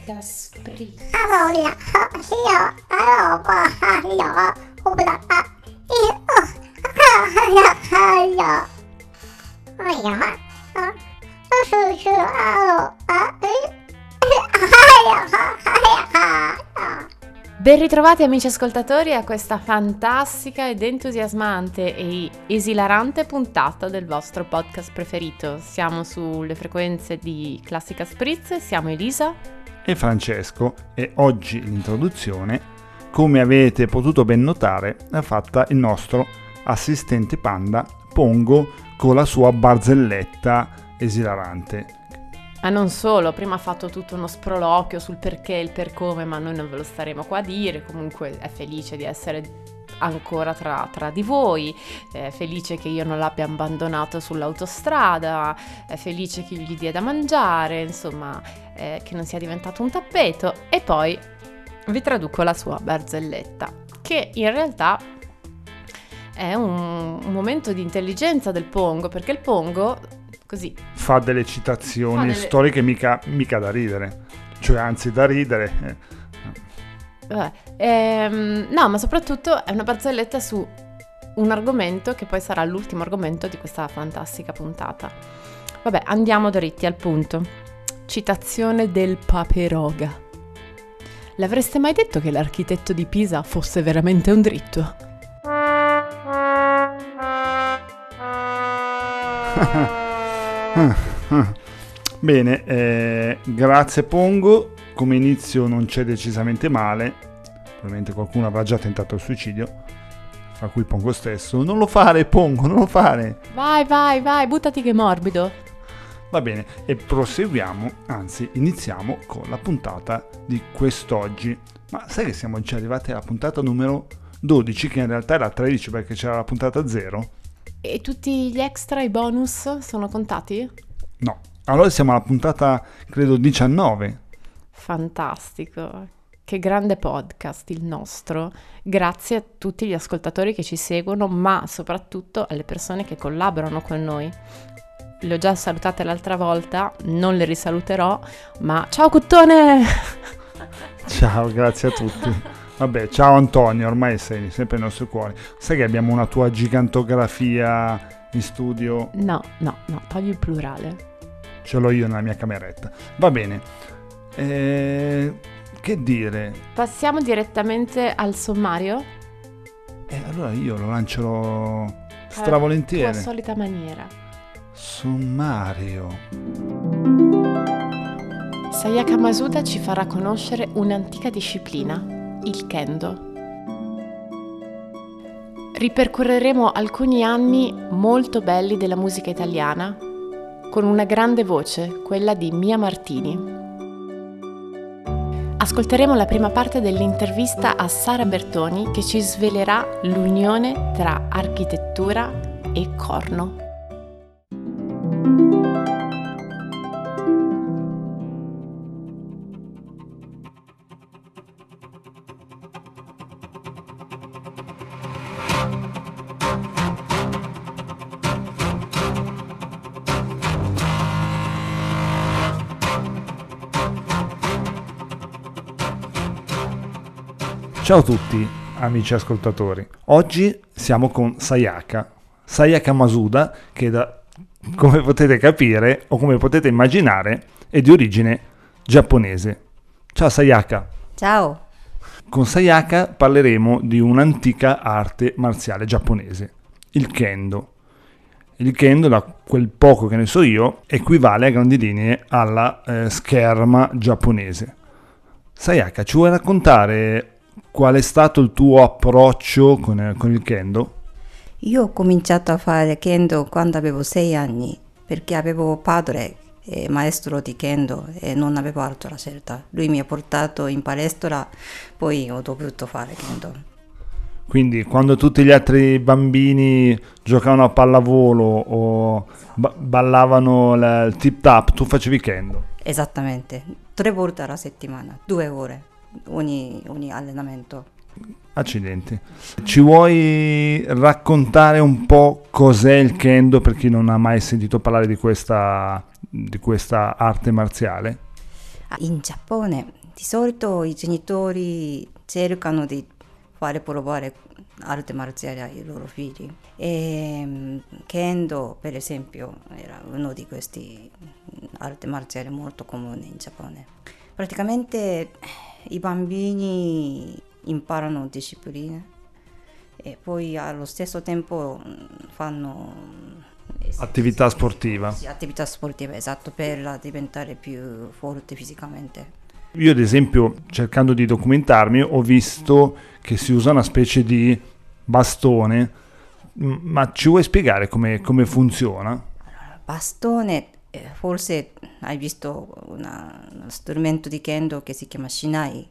Classica Spritz. Ben ritrovati amici ascoltatori a questa fantastica ed entusiasmante e esilarante puntata del vostro podcast preferito. Siamo sulle frequenze di Classica Spritz, siamo Elisa e Francesco e oggi l'introduzione, come avete potuto ben notare, l'ha fatta il nostro assistente panda Pongo con la sua barzelletta esilarante. Ma non solo, prima ha fatto tutto uno sproloquio sul perché e il per come, ma noi non ve lo staremo qua a dire. Comunque è felice di essere ancora tra di voi, è felice che io non l'abbia abbandonato sull'autostrada, è felice che gli dia da mangiare, insomma, che non sia diventato un tappeto. E poi vi traduco la sua barzelletta, che in realtà è un momento di intelligenza del Pongo, perché il Pongo così fa delle citazioni storiche mica da ridere, cioè anzi da ridere. No, ma soprattutto è una barzelletta su un argomento che poi sarà l'ultimo argomento di questa fantastica puntata. Vabbè, andiamo dritti al punto. Citazione del Paperoga. L'avreste mai detto che l'architetto di Pisa fosse veramente un dritto? Bene, grazie Pongo. Come inizio non c'è decisamente male. Probabilmente qualcuno avrà già tentato il suicidio, fra cui Pongo stesso. Non lo fare Pongo, non lo fare. Vai, buttati che è morbido. Va bene, e proseguiamo, anzi iniziamo con la puntata di quest'oggi. Ma sai che siamo già arrivati alla puntata numero 12, che in realtà era 13 perché c'era la puntata 0? E tutti gli extra, i bonus, sono contati? No, allora siamo alla puntata, credo, 19. Fantastico, che grande podcast il nostro. Grazie a tutti gli ascoltatori che ci seguono, ma soprattutto alle persone che collaborano con noi. Le ho già salutate l'altra volta, non le risaluterò, ma ciao Cuttone! Ciao, grazie a tutti. Vabbè, ciao Antonio, ormai sei sempre nei nostri cuori. Sai che abbiamo una tua gigantografia in studio? No, togli il plurale. Ce l'ho io nella mia cameretta. Va bene. Che dire? Passiamo direttamente al sommario? Allora io lo lancerò stravolentieri. Alla tua solita maniera. Sommario. Sayaka Masuda ci farà conoscere un'antica disciplina, il kendo. Ripercorreremo alcuni anni molto belli della musica italiana con una grande voce, quella di Mia Martini. Ascolteremo la prima parte dell'intervista a Sara Bertoni che ci svelerà l'unione tra architettura e corno. Ciao a tutti amici ascoltatori, oggi siamo con Sayaka Masuda, che come potete capire o come potete immaginare è di origine giapponese. Ciao Sayaka. Ciao. Con Sayaka parleremo di un'antica arte marziale giapponese, il kendo. Il kendo, da quel poco che ne so io, equivale a grandi linee alla scherma giapponese. Sayaka, ci vuoi raccontare qual è stato il tuo approccio con il kendo? Io ho cominciato a fare kendo quando avevo 6 anni, perché avevo padre maestro di kendo e non avevo altra scelta. Lui mi ha portato in palestra, poi ho dovuto fare kendo. Quindi quando tutti gli altri bambini giocavano a pallavolo o ballavano il tip tap, tu facevi kendo? Esattamente, 3 volte alla settimana, 2 ore. Ogni allenamento. Accidenti. Ci vuoi raccontare un po' cos'è il kendo per chi non ha mai sentito parlare di questa arte marziale? In Giappone di solito i genitori cercano di fare provare arte marziale ai loro figli. E Kendo, per esempio, era uno di questi arti marziali molto comuni in Giappone. Praticamente i bambini imparano disciplina e poi allo stesso tempo fanno Attività sportiva. sì, attività sportive, esatto, per diventare più forti fisicamente. Io ad esempio, cercando di documentarmi, ho visto che si usa una specie di bastone, ma ci vuoi spiegare come funziona? Bastone, forse hai visto uno strumento di kendo che si chiama shinai,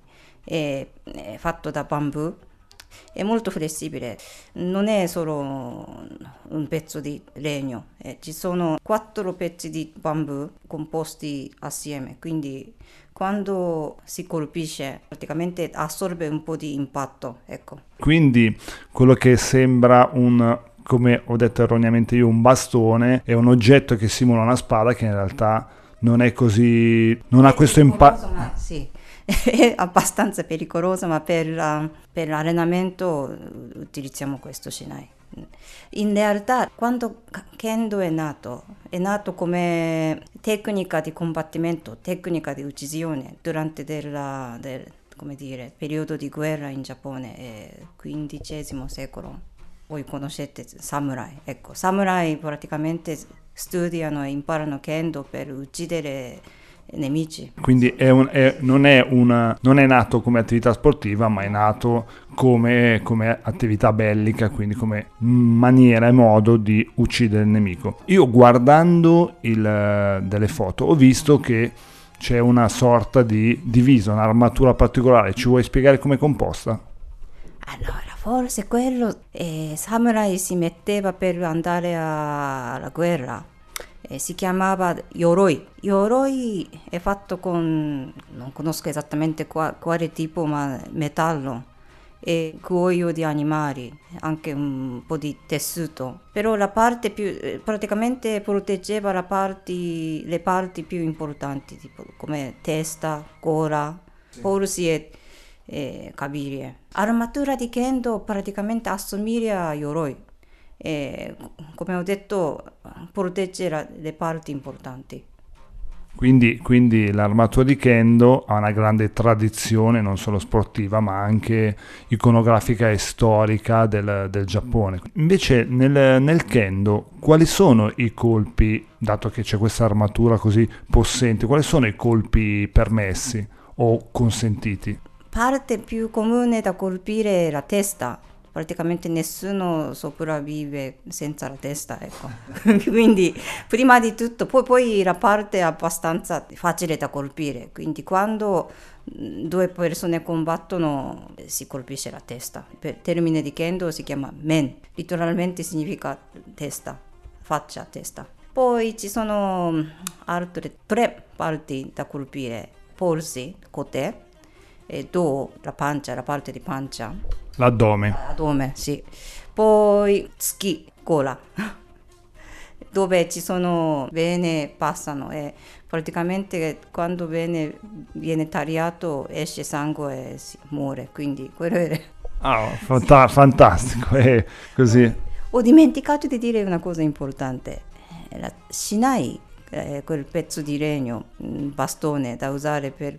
è fatto da bambù, è molto flessibile, non è solo un pezzo di legno, ci sono 4 pezzi di bambù composti assieme, quindi quando si colpisce praticamente assorbe un po' di impatto, ecco. Quindi quello che sembra come ho detto erroneamente io, un bastone, è un oggetto che simula una spada che in realtà non è così, non ha questo impatto. Sì, è abbastanza pericoloso, ma per l'allenamento utilizziamo questo Shinai. In realtà, quando Kendo è nato come tecnica di combattimento, tecnica di uccisione durante come dire, periodo di guerra in Giappone, XV secolo. Voi conoscete samurai, ecco, samurai praticamente studiano e imparano Kendo per uccidere nemici. Quindi non è nato come attività sportiva, ma è nato come attività bellica, quindi come maniera e modo di uccidere il nemico. Io guardando delle foto ho visto che c'è una sorta di divisa, un'armatura particolare. Ci vuoi spiegare come è composta? Allora, forse quello samurai si metteva per andare alla guerra. Si chiamava Yoroi. Yoroi è fatto non conosco esattamente quale tipo, ma metallo e cuoio di animali, anche un po' di tessuto. Però la parte più, praticamente proteggeva le parti più importanti, tipo come testa, gola, polsi e caviglie. Armatura di Kendo praticamente assomiglia a Yoroi. Come ho detto, protegge le parti importanti. Quindi l'armatura di Kendo ha una grande tradizione non solo sportiva ma anche iconografica e storica del Giappone. Invece nel Kendo quali sono i colpi, dato che c'è questa armatura così possente, quali sono i colpi permessi o consentiti? Parte più comune da colpire è la testa. Praticamente nessuno sopravvive senza la testa, ecco. Quindi prima di tutto, poi la parte è abbastanza facile da colpire, quindi quando 2 persone combattono si colpisce la testa. Per termine di Kendo si chiama men, letteralmente significa testa, faccia, testa. Poi ci sono altre 3 parti da colpire: polsi, kote, e la pancia, la parte di pancia. L'addome. Sì. Poi tsuki, gola, dove ci sono vene, passano e praticamente quando viene tagliato esce sangue e si muore, quindi quello è. Fantastico, è così. Ho dimenticato di dire una cosa importante. La shinai, quel pezzo di legno, bastone da usare per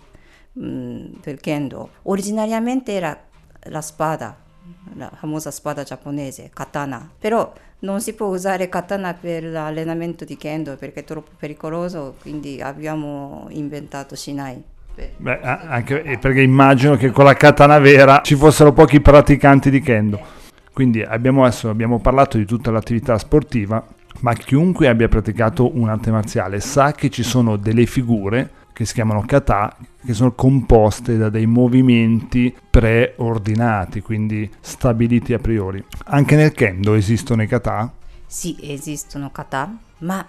Kendo, originariamente era la spada, la famosa spada giapponese, katana. Però non si può usare katana per l'allenamento di Kendo perché è troppo pericoloso, quindi abbiamo inventato shinai. Beh, anche perché immagino che con la katana vera ci fossero pochi praticanti di Kendo. Quindi abbiamo parlato di tutta l'attività sportiva, ma chiunque abbia praticato un'arte marziale sa che ci sono delle figure che si chiamano kata, che sono composte da dei movimenti preordinati, quindi stabiliti a priori. Anche nel Kendo esistono i kata? Sì, esistono kata, ma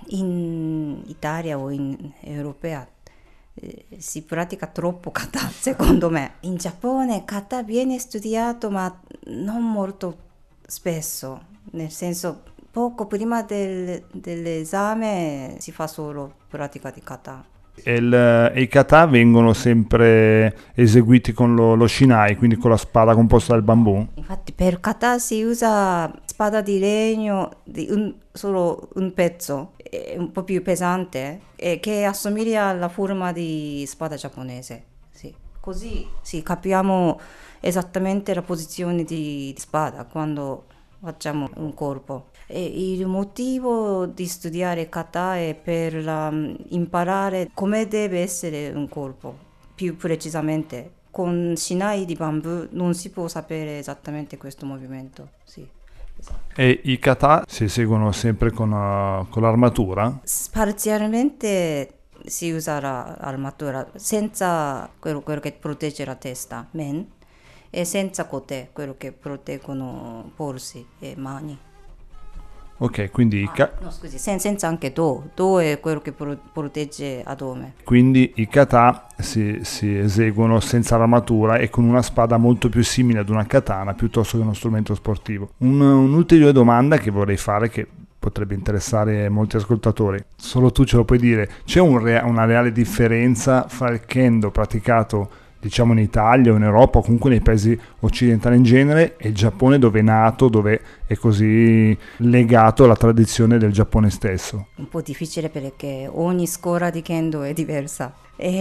in Italia o in Europea si pratica troppo kata, secondo me. In Giappone kata viene studiato, ma non molto spesso, nel senso poco prima dell'esame si fa solo pratica di kata. E i kata vengono sempre eseguiti con lo shinai, quindi con la spada composta dal bambù? Infatti per kata si usa spada di legno di solo un pezzo, un po' più pesante, che assomiglia alla forma di spada giapponese. Sì. Così sì, capiamo esattamente la posizione di spada quando facciamo un colpo. E il motivo di studiare kata è per imparare come deve essere un colpo, più precisamente. Con shinai di bambù non si può sapere esattamente questo movimento. Sì, esatto. E i kata si eseguono sempre con l'armatura? Parzialmente si usa l'armatura senza quello che protegge la testa, men, e senza kote, quello che proteggono polsi e mani. Ok, quindi No, scusi, senza anche do è quello che protegge addome. quindi i kata si eseguono senza l'armatura e con una spada molto più simile ad una katana piuttosto che uno strumento sportivo. Un'ulteriore domanda che vorrei fare, che potrebbe interessare molti ascoltatori, solo tu ce lo puoi dire: c'è una reale differenza fra il kendo praticato diciamo in Italia o in Europa o comunque nei paesi occidentali in genere e il Giappone, dove è nato, dove è così legato alla tradizione del Giappone stesso? Un po' difficile perché ogni scuola di kendo è diversa.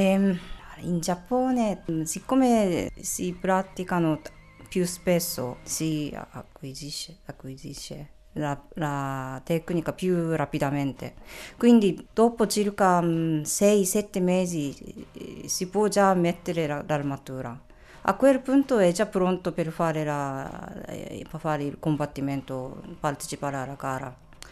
In Giappone, siccome si praticano più spesso, si acquisisce la tecnica più rapidamente. Quindi dopo circa 6-7 mesi si può già mettere l'armatura. A quel punto è già pronto per fare il combattimento, partecipare alla gara.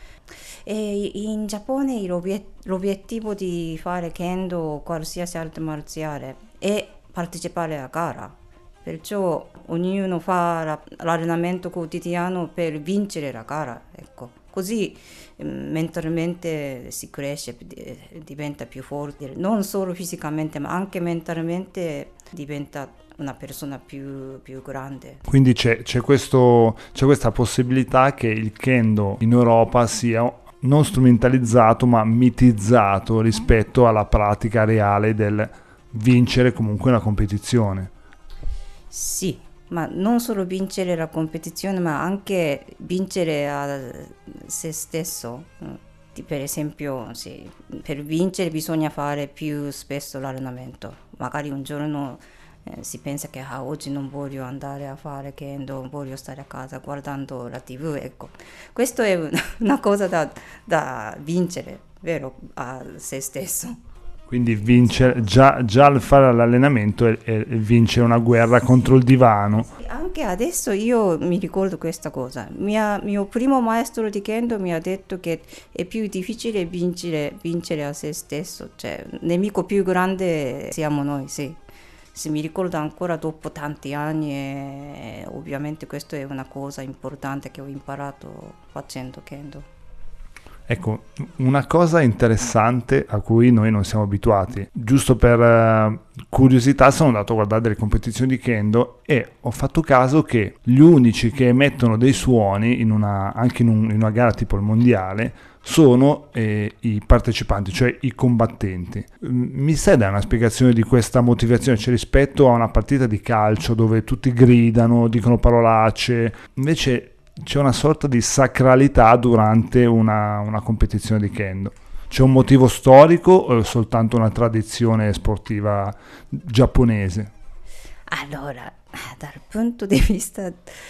E in Giappone l'obiettivo di fare kendo o qualsiasi arte marziale è partecipare alla gara. Perciò ognuno fa l'allenamento quotidiano per vincere la gara, ecco. Così mentalmente si cresce, diventa più forte, non solo fisicamente ma anche mentalmente diventa una persona più grande. Quindi c'è questa possibilità che il kendo in Europa sia non strumentalizzato ma mitizzato rispetto alla pratica reale del vincere comunque una competizione. Sì, ma non solo vincere la competizione, ma anche vincere a se stesso. Per esempio, sì, per vincere bisogna fare più spesso l'allenamento. Magari un giorno si pensa che oggi non voglio andare a fare kendo, voglio stare a casa guardando la TV. Ecco, questo è una cosa da vincere, vero, a se stesso. Quindi vincere, già al fare l'allenamento è vincere una guerra contro il divano. Anche adesso io mi ricordo questa cosa. Mio primo maestro di kendo mi ha detto che è più difficile vincere a se stesso. Cioè, il nemico più grande siamo noi, sì. Se mi ricordo ancora dopo tanti anni e ovviamente questa è una cosa importante che ho imparato facendo kendo. Ecco, una cosa interessante a cui noi non siamo abituati, giusto per curiosità sono andato a guardare delle competizioni di kendo e ho fatto caso che gli unici che emettono dei suoni anche in una gara tipo il mondiale sono i partecipanti, cioè i combattenti. Mi sai dare una spiegazione di questa motivazione? Cioè, rispetto a una partita di calcio dove tutti gridano, dicono parolacce, invece c'è una sorta di sacralità durante una competizione di kendo. C'è un motivo storico o è soltanto una tradizione sportiva giapponese? Allora, dal punto di vista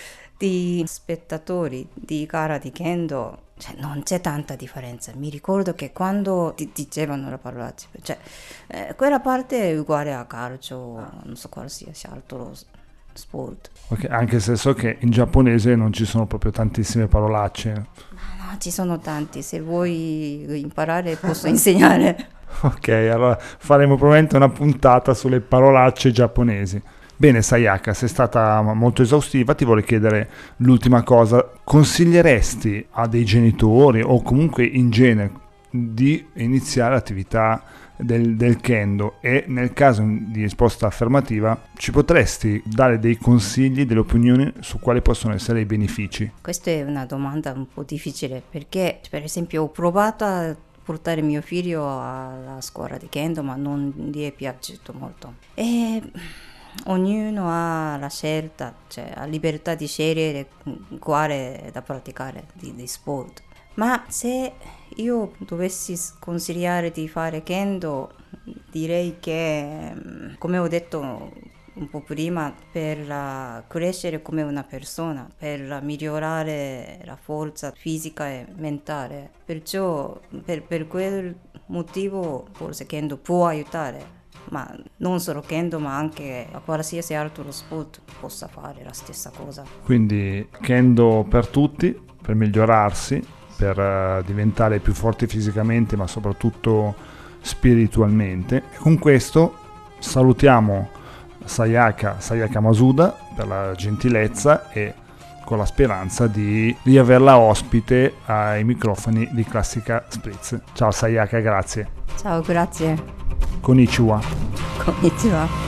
di spettatori di gara di kendo, cioè, non c'è tanta differenza. Mi ricordo che quando dicevano la parolaccia, cioè, quella parte è uguale a calcio, non so, qualsiasi altro sport. Okay, anche se so che in giapponese non ci sono proprio tantissime parolacce. No, ci sono tanti, se vuoi imparare posso insegnare. Ok, allora faremo probabilmente una puntata sulle parolacce giapponesi. Bene Sayaka, sei stata molto esaustiva, ti vorrei chiedere l'ultima cosa. Consiglieresti a dei genitori o comunque in genere di iniziare l'attività del kendo e nel caso di risposta affermativa ci potresti dare dei consigli, delle opinioni su quali possono essere i benefici? Questa è una domanda un po' difficile perché per esempio ho provato a portare mio figlio alla scuola di Kendo, ma non gli è piaciuto molto. E ognuno ha la scelta, cioè ha libertà di scegliere quale da praticare di sport. Ma se io dovessi consigliare di fare Kendo, direi che, come ho detto un po' prima, per crescere come una persona, per migliorare la forza fisica e mentale. Perciò per quel motivo forse Kendo può aiutare, ma non solo Kendo, ma anche a qualsiasi altro sport possa fare la stessa cosa. Quindi Kendo per tutti, per migliorarsi, per diventare più forti fisicamente, ma soprattutto spiritualmente. E con questo salutiamo Sayaka Masuda per la gentilezza e con la speranza di riaverla ospite ai microfoni di Classica Spritz. Ciao Sayaka, grazie. Ciao, grazie. Konnichiwa. Konnichiwa.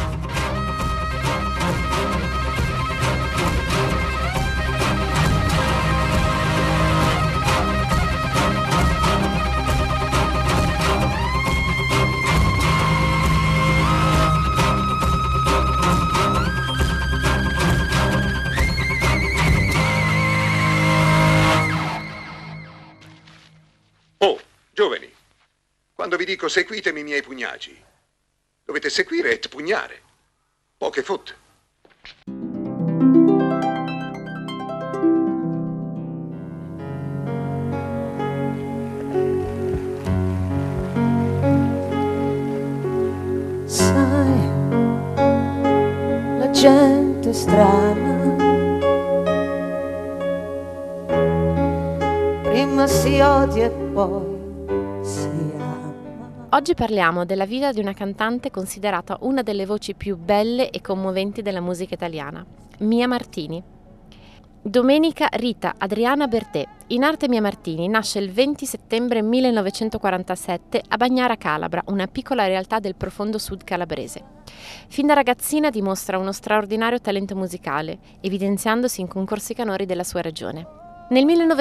Giovani, quando vi dico seguitemi i miei pugnaci, dovete seguire e pugnare. Poche foot. Sai, la gente strana prima si odia e poi Oggi parliamo della vita di una cantante considerata una delle voci più belle e commoventi della musica italiana, Mia Martini. Domenica Rita Adriana Bertè, in arte Mia Martini, nasce il 20 settembre 1947 a Bagnara Calabra, una piccola realtà del profondo sud calabrese. Fin da ragazzina dimostra uno straordinario talento musicale, evidenziandosi in concorsi canori della sua regione. Nel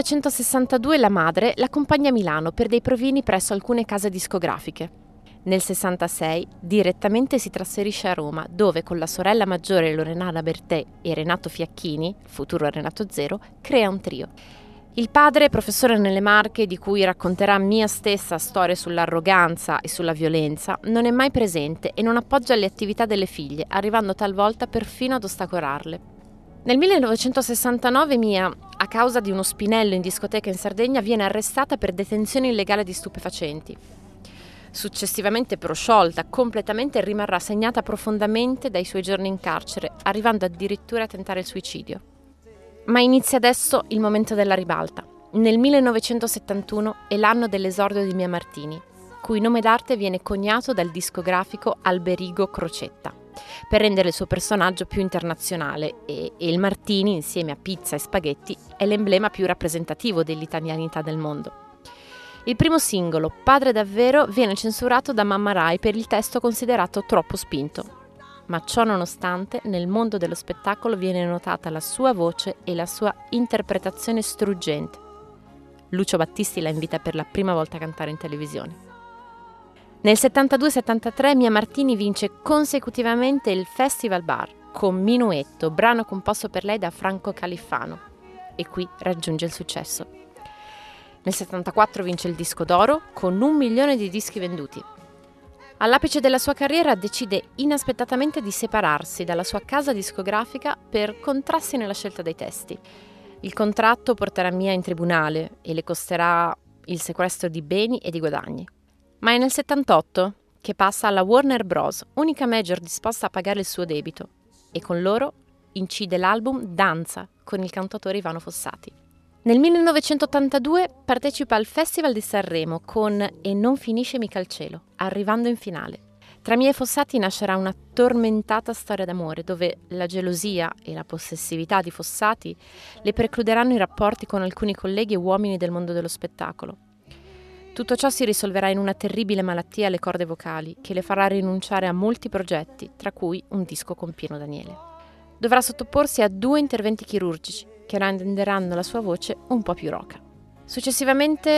1962 la madre l'accompagna a Milano per dei provini presso alcune case discografiche. Nel 66 direttamente si trasferisce a Roma, dove con la sorella maggiore Loredana Bertè e Renato Fiacchini, futuro Renato Zero, crea un trio. Il padre, professore nelle Marche, di cui racconterà Mia stessa storie sull'arroganza e sulla violenza, non è mai presente e non appoggia le attività delle figlie, arrivando talvolta perfino ad ostacolarle. Nel 1969 Mia, a causa di uno spinello in discoteca in Sardegna, viene arrestata per detenzione illegale di stupefacenti. Successivamente prosciolta, completamente rimarrà segnata profondamente dai suoi giorni in carcere, arrivando addirittura a tentare il suicidio. Ma inizia adesso il momento della ribalta. Nel 1971 è l'anno dell'esordio di Mia Martini, cui nome d'arte viene coniato dal discografico Alberigo Crocetta, per rendere il suo personaggio più internazionale e il Martini, insieme a pizza e spaghetti, è l'emblema più rappresentativo dell'italianità del mondo. Il primo singolo, Padre davvero, viene censurato da Mamma Rai per il testo considerato troppo spinto. Ma ciò nonostante, nel mondo dello spettacolo viene notata la sua voce e la sua interpretazione struggente. Lucio Battisti la invita per la prima volta a cantare in televisione. Nel 72-73 Mia Martini vince consecutivamente il Festival Bar con Minuetto, brano composto per lei da Franco Califano, e qui raggiunge il successo. Nel 74 vince il disco d'oro con 1 milione di dischi venduti. All'apice della sua carriera decide inaspettatamente di separarsi dalla sua casa discografica per contrasti nella scelta dei testi. Il contratto porterà Mia in tribunale e le costerà il sequestro di beni e di guadagni. Ma è nel 78 che passa alla Warner Bros., unica major disposta a pagare il suo debito, e con loro incide l'album Danza con il cantautore Ivano Fossati. Nel 1982 partecipa al Festival di Sanremo con E non finisce mica il cielo, arrivando in finale. Tra Mia e Fossati nascerà una tormentata storia d'amore, dove la gelosia e la possessività di Fossati le precluderanno i rapporti con alcuni colleghi e uomini del mondo dello spettacolo. Tutto ciò si risolverà in una terribile malattia alle corde vocali che le farà rinunciare a molti progetti, tra cui un disco con Pino Daniele. Dovrà sottoporsi a 2 interventi chirurgici che renderanno la sua voce un po' più roca. Successivamente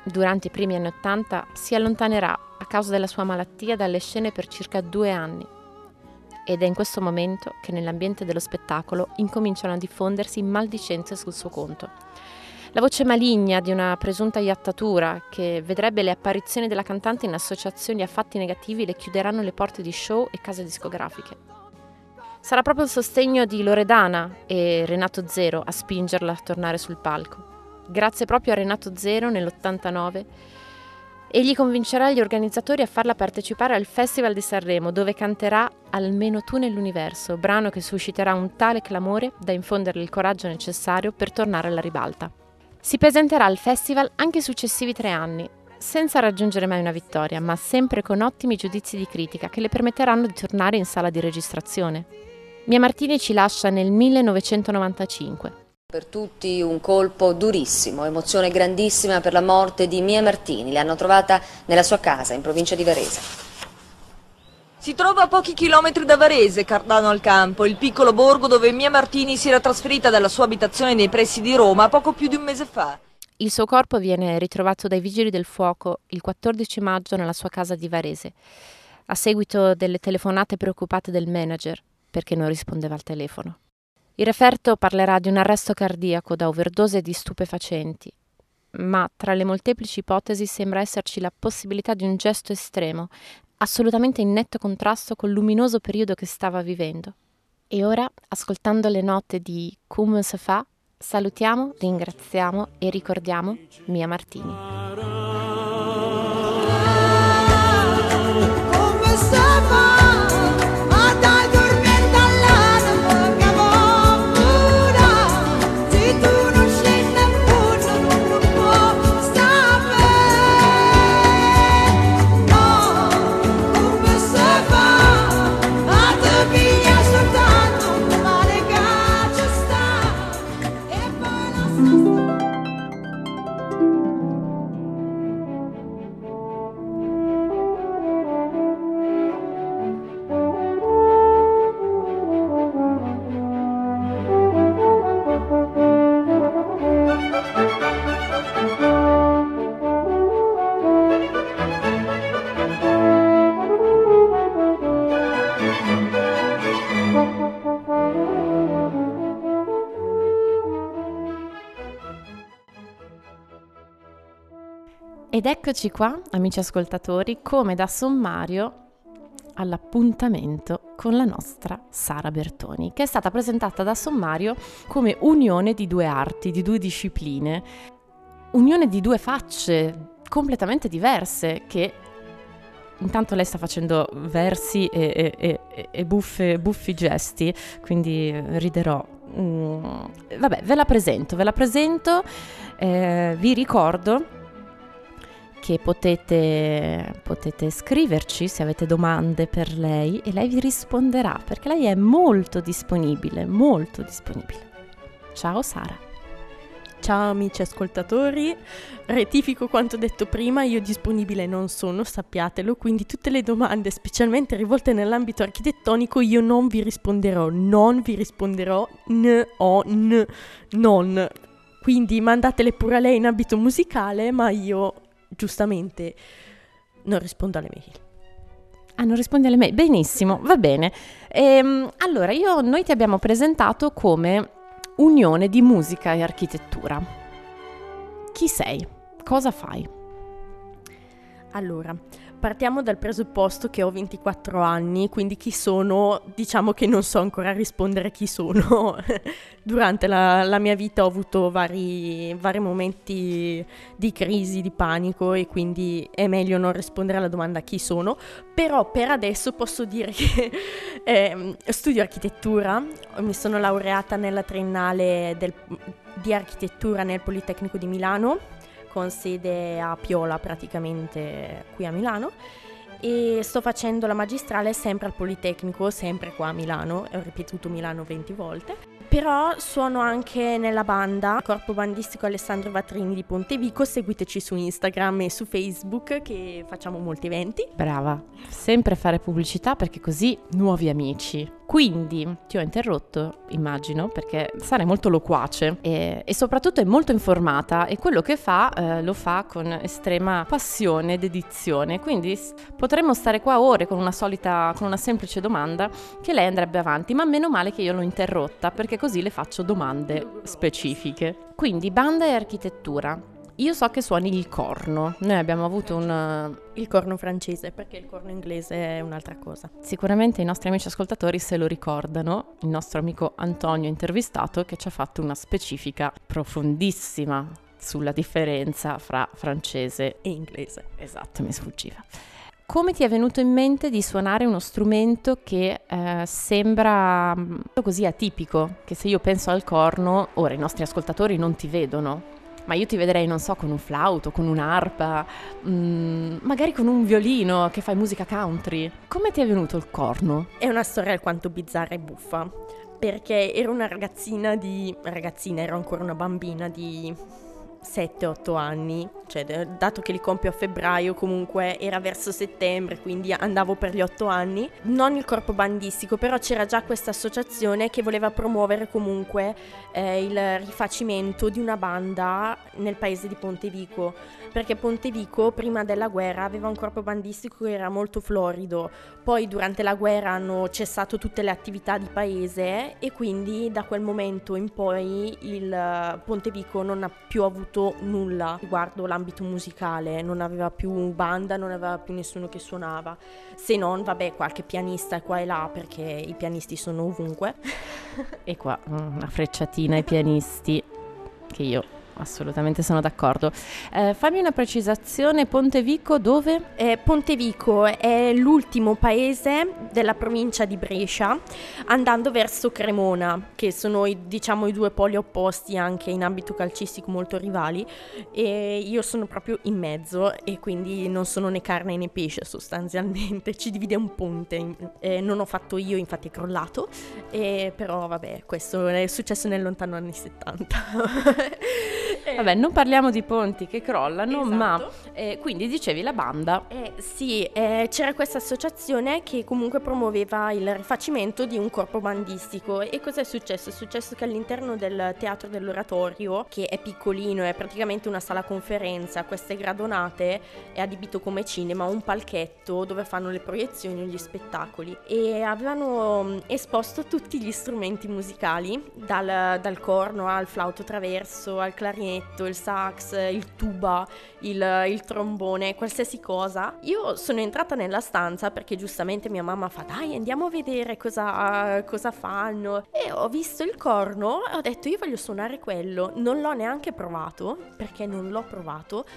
durante i primi anni '80, si allontanerà a causa della sua malattia dalle scene per circa 2 anni. Ed è in questo momento che nell'ambiente dello spettacolo incominciano a diffondersi maldicenze sul suo conto. La voce maligna di una presunta iattatura che vedrebbe le apparizioni della cantante in associazioni a fatti negativi le chiuderanno le porte di show e case discografiche. Sarà proprio il sostegno di Loredana e Renato Zero a spingerla a tornare sul palco. Grazie proprio a Renato Zero nell'89, egli convincerà gli organizzatori a farla partecipare al Festival di Sanremo, dove canterà Almeno tu nell'universo, brano che susciterà un tale clamore da infonderle il coraggio necessario per tornare alla ribalta. Si presenterà al festival anche i successivi 3 anni, senza raggiungere mai una vittoria, ma sempre con ottimi giudizi di critica che le permetteranno di tornare in sala di registrazione. Mia Martini ci lascia nel 1995. Per tutti un colpo durissimo, emozione grandissima per la morte di Mia Martini. L'hanno trovata nella sua casa in provincia di Varese. Si trova a pochi chilometri da Varese, Cardano al Campo, il piccolo borgo dove Mia Martini si era trasferita dalla sua abitazione nei pressi di Roma poco più di un mese fa. Il suo corpo viene ritrovato dai vigili del fuoco il 14 maggio nella sua casa di Varese, a seguito delle telefonate preoccupate del manager, perché non rispondeva al telefono. Il referto parlerà di un arresto cardiaco da overdose di stupefacenti, ma tra le molteplici ipotesi sembra esserci la possibilità di un gesto estremo, assolutamente in netto contrasto col luminoso periodo che stava vivendo. E ora, ascoltando le note di Come se fa, salutiamo, ringraziamo e ricordiamo Mia Martini. Ed eccoci qua, amici ascoltatori, come da sommario all'appuntamento con la nostra Sara Bertoni, che è stata presentata da sommario come unione di 2 arti, di 2 discipline, unione di 2 facce completamente diverse, che intanto lei sta facendo versi e buffi gesti, quindi riderò. Vabbè, ve la presento, vi ricordo che potete scriverci se avete domande per lei e lei vi risponderà, perché lei è molto disponibile. Ciao Sara. Ciao amici ascoltatori, rettifico quanto detto prima, io disponibile non sono, sappiatelo, quindi tutte le domande, specialmente rivolte nell'ambito architettonico, io non vi risponderò, non. Quindi mandatele pure a lei in ambito musicale, ma io giustamente non rispondo alle mail. Non rispondi alle mail? Benissimo, va bene. Allora, noi ti abbiamo presentato come unione di musica e architettura. Chi sei? Cosa fai? Allora, partiamo dal presupposto che ho 24 anni, quindi chi sono, diciamo che non so ancora rispondere chi sono. Durante la mia vita ho avuto vari momenti di crisi, di panico, e quindi è meglio non rispondere alla domanda chi sono. Però per adesso posso dire che studio architettura, mi sono laureata nella triennale di architettura nel Politecnico di Milano, con sede a Piola, praticamente qui a Milano, e sto facendo la magistrale sempre al Politecnico, sempre qua a Milano, ho ripetuto Milano 20 volte. Però suono anche nella banda Corpo Bandistico Alessandro Vatrini di Pontevico, seguiteci su Instagram e su Facebook che facciamo molti eventi. Brava, sempre fare pubblicità perché così nuovi amici. Quindi ti ho interrotto, immagino, perché Sara è molto loquace e soprattutto è molto informata, e quello che fa lo fa con estrema passione ed dedizione. Quindi potremmo stare qua ore con una semplice domanda che lei andrebbe avanti, ma meno male che io l'ho interrotta, perché così le faccio domande specifiche. Quindi banda e architettura. Io so che suoni il corno. Noi abbiamo avuto il corno francese, perché il corno inglese è un'altra cosa. Sicuramente i nostri amici ascoltatori se lo ricordano, il nostro amico Antonio intervistato, che ci ha fatto una specifica profondissima sulla differenza fra francese e inglese. Esatto, mi sfuggiva. Come ti è venuto in mente di suonare uno strumento che sembra così atipico, che se io penso al corno, ora i nostri ascoltatori non ti vedono, ma io ti vedrei, non so, con un flauto, con un'arpa, magari con un violino che fai musica country. Come ti è venuto il corno? È una storia alquanto bizzarra e buffa, perché ero una ero ancora una bambina di 7-8 anni, cioè dato che li compio a febbraio comunque era verso settembre, quindi andavo per gli 8 anni. Non il corpo bandistico, però c'era già questa associazione che voleva promuovere comunque il rifacimento di una banda nel paese di Pontevico, perché Pontevico prima della guerra aveva un corpo bandistico che era molto florido, poi durante la guerra hanno cessato tutte le attività di paese e quindi da quel momento in poi il Pontevico non ha più avuto nulla riguardo l'ambito musicale, non aveva più banda, non aveva più nessuno che suonava, se non qualche pianista qua e là, perché i pianisti sono ovunque. E qua una frecciatina ai pianisti, che io assolutamente sono d'accordo. Fammi una precisazione, Pontevico dove? Pontevico è l'ultimo paese della provincia di Brescia, andando verso Cremona, che sono i due poli opposti anche in ambito calcistico, molto rivali, e io sono proprio in mezzo e quindi non sono né carne né pesce sostanzialmente, ci divide un ponte, non ho fatto io, infatti è crollato, però questo è successo nel lontano anni 70. Vabbè, non parliamo di ponti che crollano, esatto. Ma quindi dicevi la banda. Sì, c'era questa associazione che comunque promuoveva il rifacimento di un corpo bandistico. E cosa è successo? È successo che all'interno del teatro dell'oratorio, che è piccolino, è praticamente una sala conferenza, queste gradonate, è adibito come cinema, un palchetto dove fanno le proiezioni o gli spettacoli, e avevano esposto tutti gli strumenti musicali, dal corno al flauto traverso, al clarinetto, il sax, il tuba, il trombone, qualsiasi cosa. Io sono entrata nella stanza perché giustamente mia mamma fa: dai, andiamo a vedere cosa fanno, e ho visto il corno e ho detto: io voglio suonare quello. Non l'ho neanche provato, perché non l'ho provato.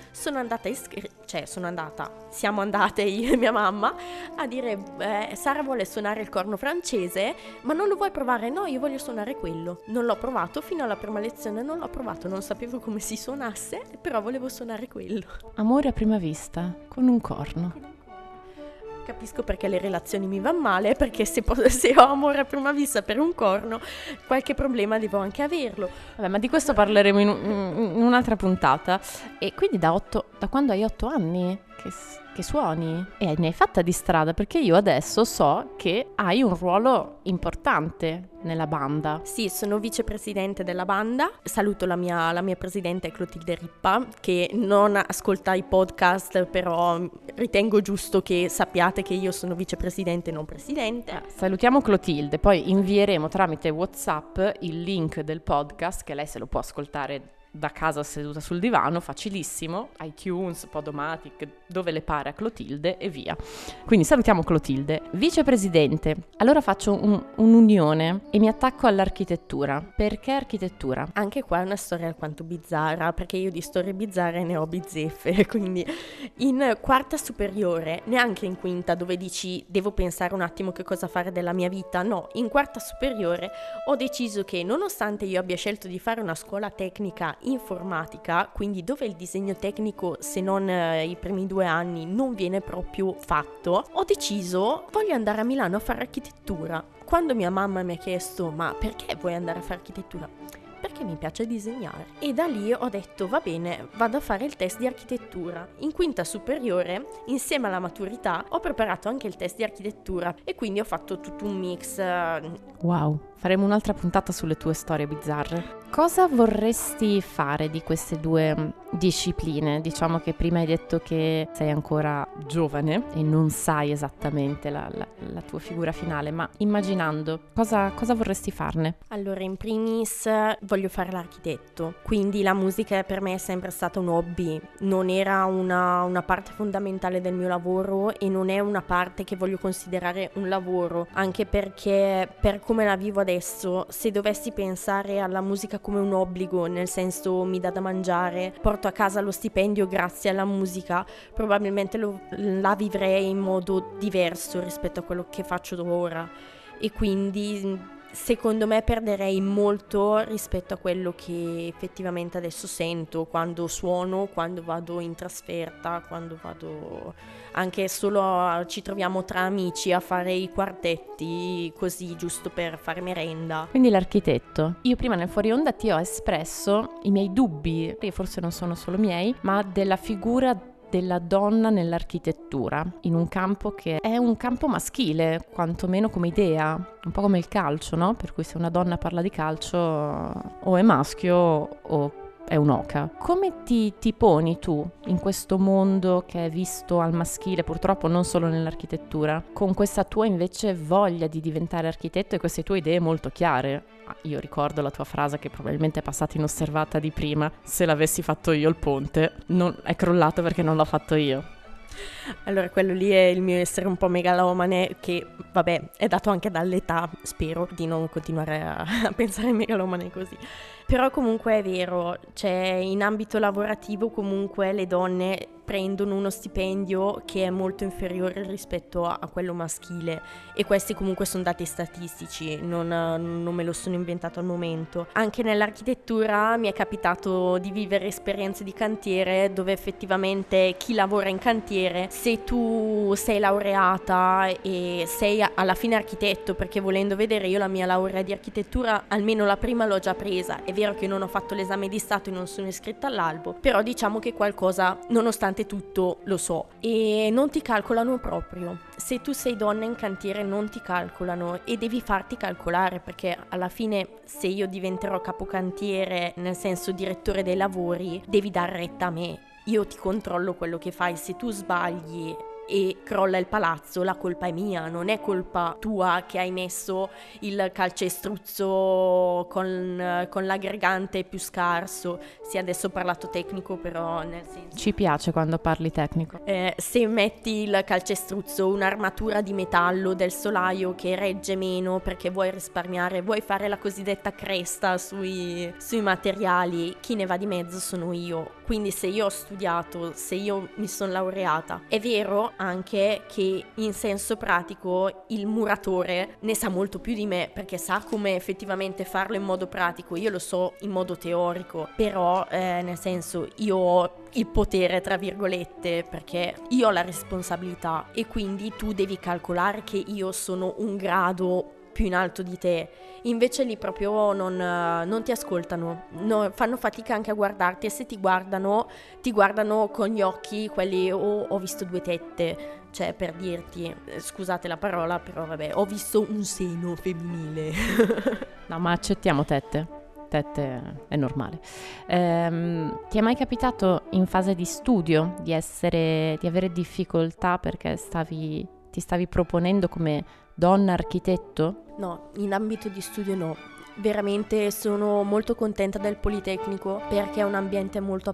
Siamo andate io e mia mamma a dire: Sara vuole suonare il corno francese, ma non lo vuoi provare? No, io voglio suonare quello. Non l'ho provato fino alla prima lezione, non l'ho provato, non sapevo come si suonasse, però volevo suonare quello. Amore a prima vista con un corno. Capisco perché le relazioni mi vanno male, perché se ho amore a prima vista per un corno, qualche problema devo anche averlo. Vabbè, ma di questo parleremo in un'altra puntata. E quindi da quando hai 8 anni che suoni? E ne hai fatta di strada, perché io adesso so che hai un ruolo importante nella banda. Sì, sono vicepresidente della banda. Saluto la mia presidente Clotilde Rippa, che non ascolta i podcast, però ritengo giusto che sappiate che io sono vicepresidente e non presidente. Salutiamo Clotilde, poi invieremo tramite WhatsApp il link del podcast, che lei se lo può ascoltare da casa seduta sul divano, facilissimo, iTunes, Podomatic, dove le pare a Clotilde e via. Quindi salutiamo Clotilde. Vicepresidente, allora faccio un'unione e mi attacco all'architettura. Perché architettura? Anche qua è una storia alquanto bizzarra, perché io di storie bizzarre ne ho bizzeffe, quindi in quarta superiore, neanche in quinta dove dici devo pensare un attimo che cosa fare della mia vita, no, in quarta superiore ho deciso che, nonostante io abbia scelto di fare una scuola tecnica informatica, quindi dove il disegno tecnico, se non i primi 2 anni, non viene proprio fatto, ho deciso voglio andare a Milano a fare architettura. Quando mia mamma mi ha chiesto: ma perché vuoi andare a fare architettura? perché mi piace disegnare. E da lì ho detto va bene, vado a fare il test di architettura. In quinta superiore, insieme alla maturità, ho preparato anche il test di architettura e quindi ho fatto tutto un mix. Wow, faremo un'altra puntata sulle tue storie bizzarre. Cosa vorresti fare di queste due discipline? Diciamo che prima hai detto che sei ancora giovane e non sai esattamente la tua figura finale, ma immaginando, cosa vorresti farne? Allora, in primis voglio fare l'architetto, quindi la musica per me è sempre stata un hobby, non era una parte fondamentale del mio lavoro e non è una parte che voglio considerare un lavoro, anche perché per come la vivo adesso, se dovessi pensare alla musica come un obbligo, nel senso mi dà da mangiare, porto a casa lo stipendio grazie alla musica, probabilmente la vivrei in modo diverso rispetto a quello che faccio ora e quindi secondo me perderei molto rispetto a quello che effettivamente adesso sento quando suono, quando vado in trasferta, quando vado anche solo ci troviamo tra amici a fare i quartetti così giusto per fare merenda. Quindi l'architetto. Io prima nel fuori onda ti ho espresso i miei dubbi, che forse non sono solo miei, ma della figura della donna nell'architettura, in un campo che è un campo maschile, quantomeno come idea, un po' come il calcio, no? Per cui se una donna parla di calcio o è maschio o è un'oca. Come ti poni tu in questo mondo che è visto al maschile, purtroppo non solo nell'architettura, con questa tua invece voglia di diventare architetto e queste tue idee molto chiare? Io ricordo la tua frase che probabilmente è passata inosservata di prima, se l'avessi fatto io il ponte, non è crollato perché non l'ho fatto io. Allora quello lì è il mio essere un po' megalomane che vabbè è dato anche dall'età, spero di non continuare a pensare megalomane così. Però comunque è vero, cioè in ambito lavorativo comunque le donne prendono uno stipendio che è molto inferiore rispetto a quello maschile e questi comunque sono dati statistici, non me lo sono inventato al momento. Anche nell'architettura mi è capitato di vivere esperienze di cantiere dove effettivamente chi lavora in cantiere, se tu sei laureata e sei alla fine architetto, perché volendo vedere io la mia laurea di architettura almeno la prima l'ho già presa, è vero che non ho fatto l'esame di Stato e non sono iscritta all'albo, però diciamo che qualcosa nonostante tutto lo so e non ti calcolano proprio. Se tu sei donna in cantiere non ti calcolano e devi farti calcolare, perché alla fine se io diventerò capocantiere, nel senso direttore dei lavori, devi dar retta a me. Io ti controllo quello che fai, se tu sbagli e crolla il palazzo, la colpa è mia, non è colpa tua che hai messo il calcestruzzo con l'aggregante più scarso. Sì, adesso ho parlato tecnico, però nel senso... Ci piace quando parli tecnico. Se metti il calcestruzzo, un'armatura di metallo del solaio che regge meno perché vuoi risparmiare, vuoi fare la cosiddetta cresta sui materiali, chi ne va di mezzo sono io. Quindi se io ho studiato, se io mi sono laureata, è vero anche che in senso pratico il muratore ne sa molto più di me perché sa come effettivamente farlo in modo pratico, io lo so in modo teorico, però nel senso io ho il potere tra virgolette perché io ho la responsabilità e quindi tu devi calcolare che io sono un grado più in alto di te, invece lì proprio non ti ascoltano, fanno fatica anche a guardarti e se ti guardano con gli occhi quelli ho visto due tette, cioè per dirti, scusate la parola però vabbè, ho visto un seno femminile. No, ma accettiamo tette è normale. Ti è mai capitato in fase di studio di avere difficoltà perché ti stavi proponendo come donna architetto? No, in ambito di studio no. Veramente sono molto contenta del Politecnico perché è un ambiente molto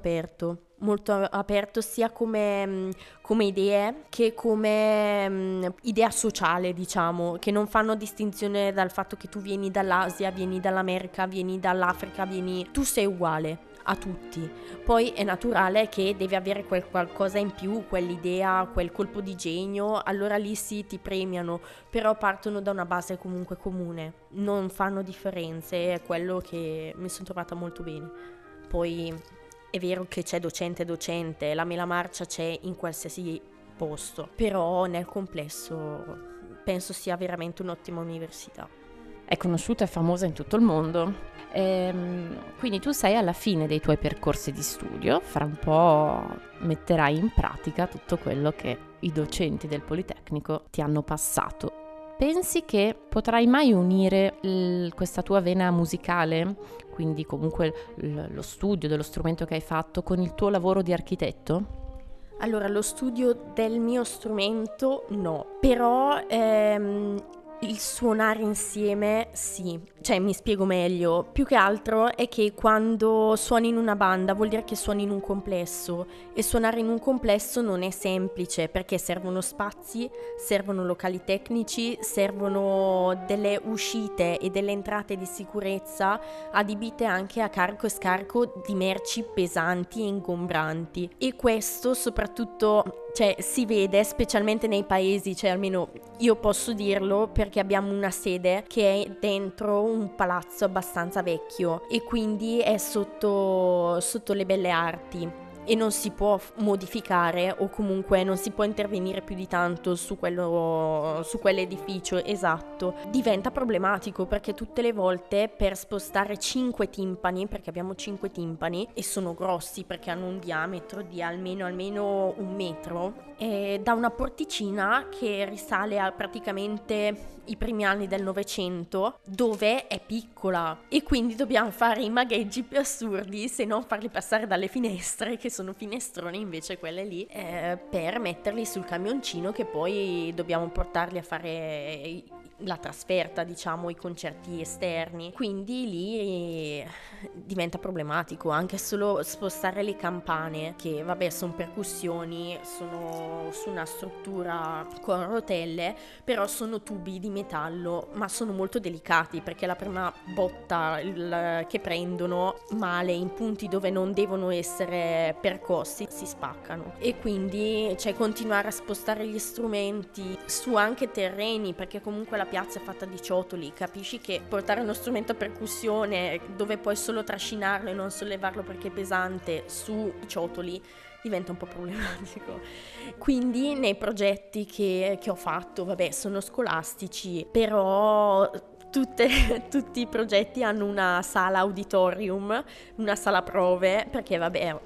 aperto sia come idee che come idea sociale, diciamo, che non fanno distinzione dal fatto che tu vieni dall'Asia, vieni dall'America, vieni dall'Africa, tu sei uguale a tutti. Poi è naturale che devi avere qualcosa in più, quell'idea, quel colpo di genio, allora lì sì ti premiano, però partono da una base comunque comune, non fanno differenze, è quello che mi sono trovata molto bene. Poi è vero che c'è docente, la mela marcia c'è in qualsiasi posto, però nel complesso penso sia veramente un'ottima università. è conosciuta e famosa in tutto il mondo. Quindi tu sei alla fine dei tuoi percorsi di studio, fra un po' metterai in pratica tutto quello che i docenti del Politecnico ti hanno passato. Pensi che potrai mai unire questa tua vena musicale, quindi comunque lo studio dello strumento che hai fatto, con il tuo lavoro di architetto? Allora, lo studio del mio strumento no, però il suonare insieme sì, cioè mi spiego meglio, più che altro è che quando suoni in una banda vuol dire che suoni in un complesso e suonare in un complesso non è semplice perché servono spazi, servono locali tecnici, servono delle uscite e delle entrate di sicurezza adibite anche a carico e scarico di merci pesanti e ingombranti e questo soprattutto si vede specialmente nei paesi, cioè almeno io posso dirlo perché abbiamo una sede che è dentro un palazzo abbastanza vecchio e quindi è sotto le belle arti e non si può modificare o comunque non si può intervenire più di tanto su quell'edificio, esatto. Diventa problematico perché tutte le volte per spostare 5 timpani, perché abbiamo 5 timpani e sono grossi perché hanno un diametro di almeno 1 metro, da una porticina che risale a praticamente i primi anni del Novecento, dove è piccola e quindi dobbiamo fare i magheggi più assurdi se non farli passare dalle finestre, che sono finestroni invece quelle lì, per metterli sul camioncino che poi dobbiamo portarli a fare la trasferta, diciamo, i concerti esterni. Quindi lì diventa problematico anche solo spostare le campane, che vabbè sono percussioni, sono su una struttura con rotelle, però sono tubi di metallo, ma sono molto delicati perché la prima botta che prendono male in punti dove non devono essere percossi si spaccano e quindi continuare a spostare gli strumenti su anche terreni, perché comunque la piazza è fatta di ciotoli, capisci che portare uno strumento a percussione dove puoi solo trascinarlo e non sollevarlo perché è pesante su ciotoli diventa un po' problematico. Quindi nei progetti che ho fatto, vabbè, sono scolastici, però tutti i progetti hanno una sala auditorium, una sala prove, perché vabbè,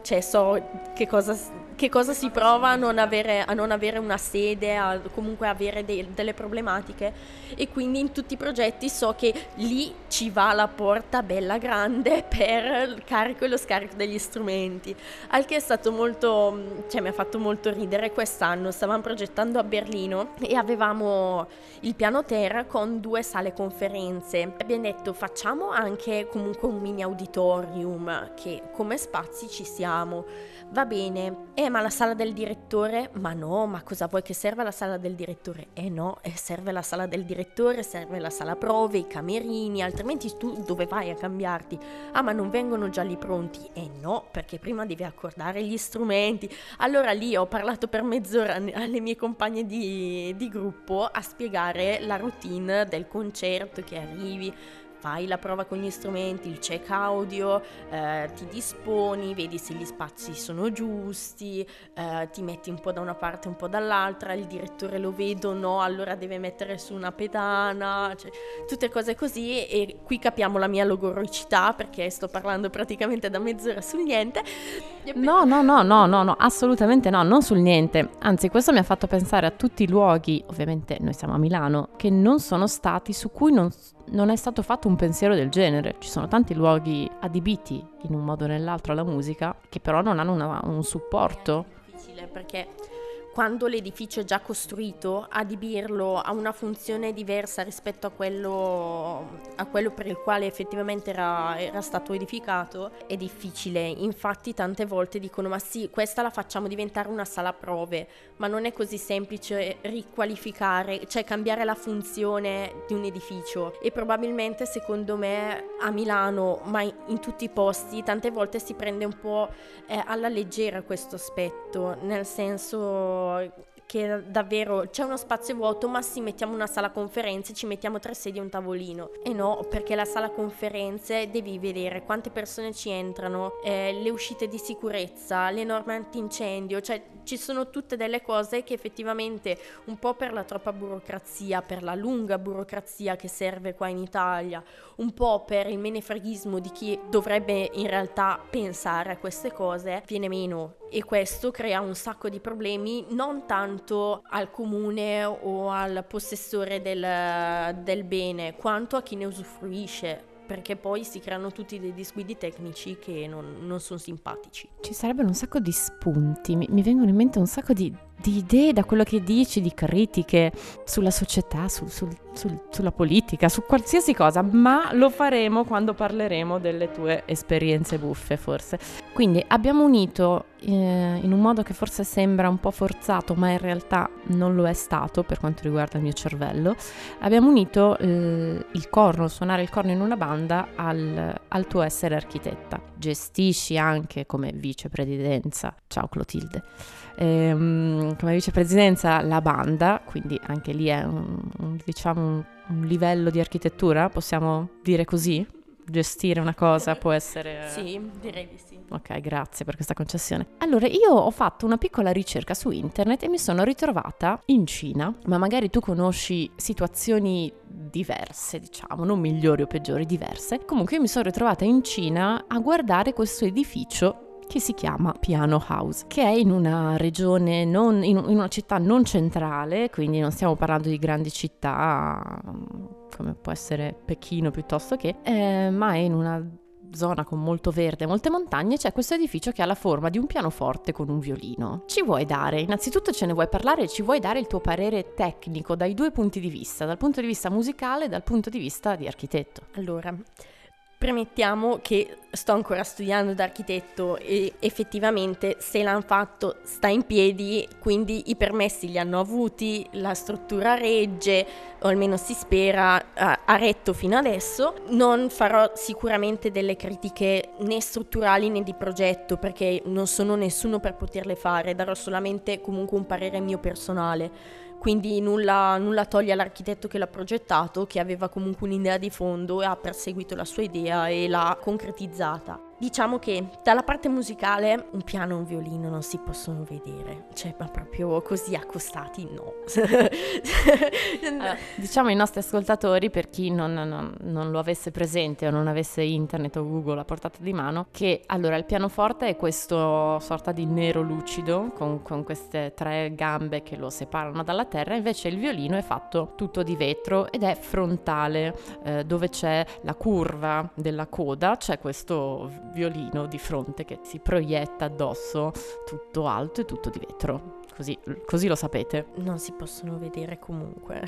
so che cosa si prova a non avere una sede, a comunque avere delle problematiche, e quindi in tutti i progetti so che lì ci va la porta bella grande per il carico e lo scarico degli strumenti, al che è stato molto, mi ha fatto molto ridere. Quest'anno stavamo progettando a Berlino e avevamo il piano terra con 2 sale conferenze. Abbiamo detto facciamo anche comunque un mini auditorium, che come spazi ci siamo, va bene. Ma la sala del direttore? Ma no, ma cosa vuoi che serva la sala del direttore? No, serve la sala del direttore, serve la sala prove, i camerini, altrimenti tu dove vai a cambiarti? Ah, ma non vengono già lì pronti? No, perché prima devi accordare gli strumenti. Allora lì ho parlato per mezz'ora alle mie compagne di gruppo a spiegare la routine del concerto, che arrivi, fai la prova con gli strumenti, il check audio, ti disponi, vedi se gli spazi sono giusti, ti metti un po' da una parte, un po' dall'altra, il direttore lo vede o no, allora deve mettere su una pedana, tutte cose così. E qui capiamo la mia logoricità, perché sto parlando praticamente da mezz'ora sul niente. No, assolutamente no, non sul niente. Anzi, questo mi ha fatto pensare a tutti i luoghi, ovviamente noi siamo a Milano, che non sono stati, su cui non è stato fatto un pensiero del genere. Ci sono tanti luoghi adibiti in un modo o nell'altro alla musica che però non hanno un supporto. È difficile perché quando l'edificio è già costruito, adibirlo a una funzione diversa rispetto a quello per il quale effettivamente era stato edificato è difficile. Infatti tante volte dicono ma sì, questa la facciamo diventare una sala prove, ma non è così semplice riqualificare, cambiare la funzione di un edificio. E probabilmente, secondo me, a Milano, ma in tutti i posti, tante volte si prende un po' alla leggera questo aspetto, nel senso che davvero c'è uno spazio vuoto, ma sì, mettiamo una sala conferenze, ci mettiamo 3 sedie e un tavolino. E no, perché la sala conferenze devi vedere quante persone ci entrano, le uscite di sicurezza, le norme antincendio, cioè ci sono tutte delle cose che effettivamente, un po' per la troppa burocrazia, per la lunga burocrazia che serve qua in Italia, un po' per il menefreghismo di chi dovrebbe in realtà pensare a queste cose, viene meno. E questo crea un sacco di problemi, non tanto al comune o al possessore del bene, quanto a chi ne usufruisce, perché poi si creano tutti dei disguidi tecnici che non sono simpatici. Ci sarebbero un sacco di spunti, mi vengono in mente un sacco di idee da quello che dici, di critiche sulla società, sulla politica, su qualsiasi cosa, ma lo faremo quando parleremo delle tue esperienze buffe, forse. Quindi abbiamo unito in un modo che forse sembra un po' forzato, ma in realtà non lo è stato per quanto riguarda il mio cervello, abbiamo unito il corno, suonare il corno in una banda al tuo essere architetta. Gestisci anche come vicepresidenza, ciao Clotilde, come vicepresidenza la banda, quindi anche lì è un livello di architettura, possiamo dire così? Gestire una cosa può essere... Sì, direi di sì. Ok, grazie per questa concessione. Allora, io ho fatto una piccola ricerca su internet e mi sono ritrovata in Cina, ma magari tu conosci situazioni diverse, diciamo, non migliori o peggiori, diverse. Comunque io mi sono ritrovata in Cina a guardare questo edificio che si chiama Piano House, che è in una regione in una città non centrale, quindi non stiamo parlando di grandi città come può essere Pechino piuttosto che, ma è in una zona con molto verde, molte montagne. C'è questo edificio che ha la forma di un pianoforte con un violino. Ci vuoi dare, innanzitutto ce ne vuoi parlare, ci vuoi dare il tuo parere tecnico dai due punti di vista, dal punto di vista musicale e dal punto di vista di architetto? Allora, premettiamo che sto ancora studiando da architetto e effettivamente se l'hanno fatto sta in piedi, quindi i permessi li hanno avuti, la struttura regge, o almeno si spera ha retto fino adesso. Non farò sicuramente delle critiche né strutturali né di progetto, perché non sono nessuno per poterle fare, darò solamente comunque un parere mio personale. Quindi nulla toglie all'architetto che l'ha progettato, che aveva comunque un'idea di fondo e ha perseguito la sua idea e l'ha concretizzata. Diciamo che dalla parte musicale un piano e un violino non si possono vedere, cioè ma proprio così accostati no. Allora, diciamo ai nostri ascoltatori, per chi non lo avesse presente o non avesse internet o Google a portata di mano, che allora il pianoforte è questo sorta di nero lucido con queste 3 gambe che lo separano dalla terra, invece il violino è fatto tutto di vetro ed è frontale, dove c'è la curva della coda, c'è questo violino di fronte che si proietta addosso, tutto alto e tutto di vetro. Così lo sapete. Non si possono vedere comunque.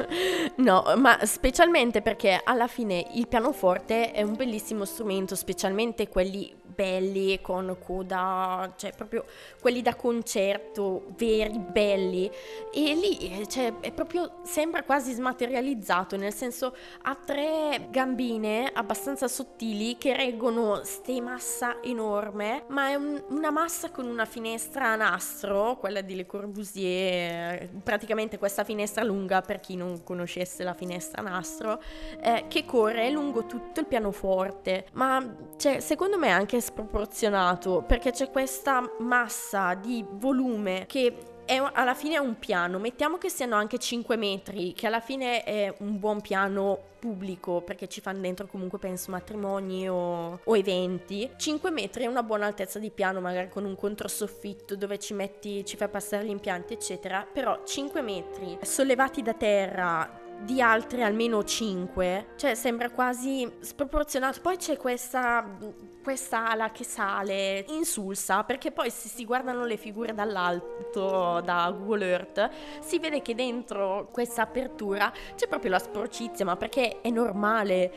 No, ma specialmente perché alla fine il pianoforte è un bellissimo strumento, specialmente quelli belli con coda, cioè proprio quelli da concerto, veri, belli. E lì cioè, è proprio, sembra quasi smaterializzato, nel senso ha 3 gambine abbastanza sottili che reggono ste massa enorme, ma è una massa con una finestra a nastro, quella di Le Corbusier, praticamente questa finestra lunga, per chi non conoscesse la finestra a nastro, che corre lungo tutto il pianoforte, ma cioè, secondo me è anche sproporzionato, perché c'è questa massa di volume che alla fine è un piano, mettiamo che siano anche 5 metri, che alla fine è un buon piano pubblico, perché ci fanno dentro comunque penso matrimoni o eventi. 5 metri è una buona altezza di piano, magari con un controsoffitto dove ci fai passare gli impianti eccetera, però 5 metri sollevati da terra di altri almeno 5, cioè sembra quasi sproporzionato. Poi c'è questa ala che sale insulsa, perché poi se si guardano le figure dall'alto da Google Earth si vede che dentro questa apertura c'è proprio la sporcizia, ma perché è normale,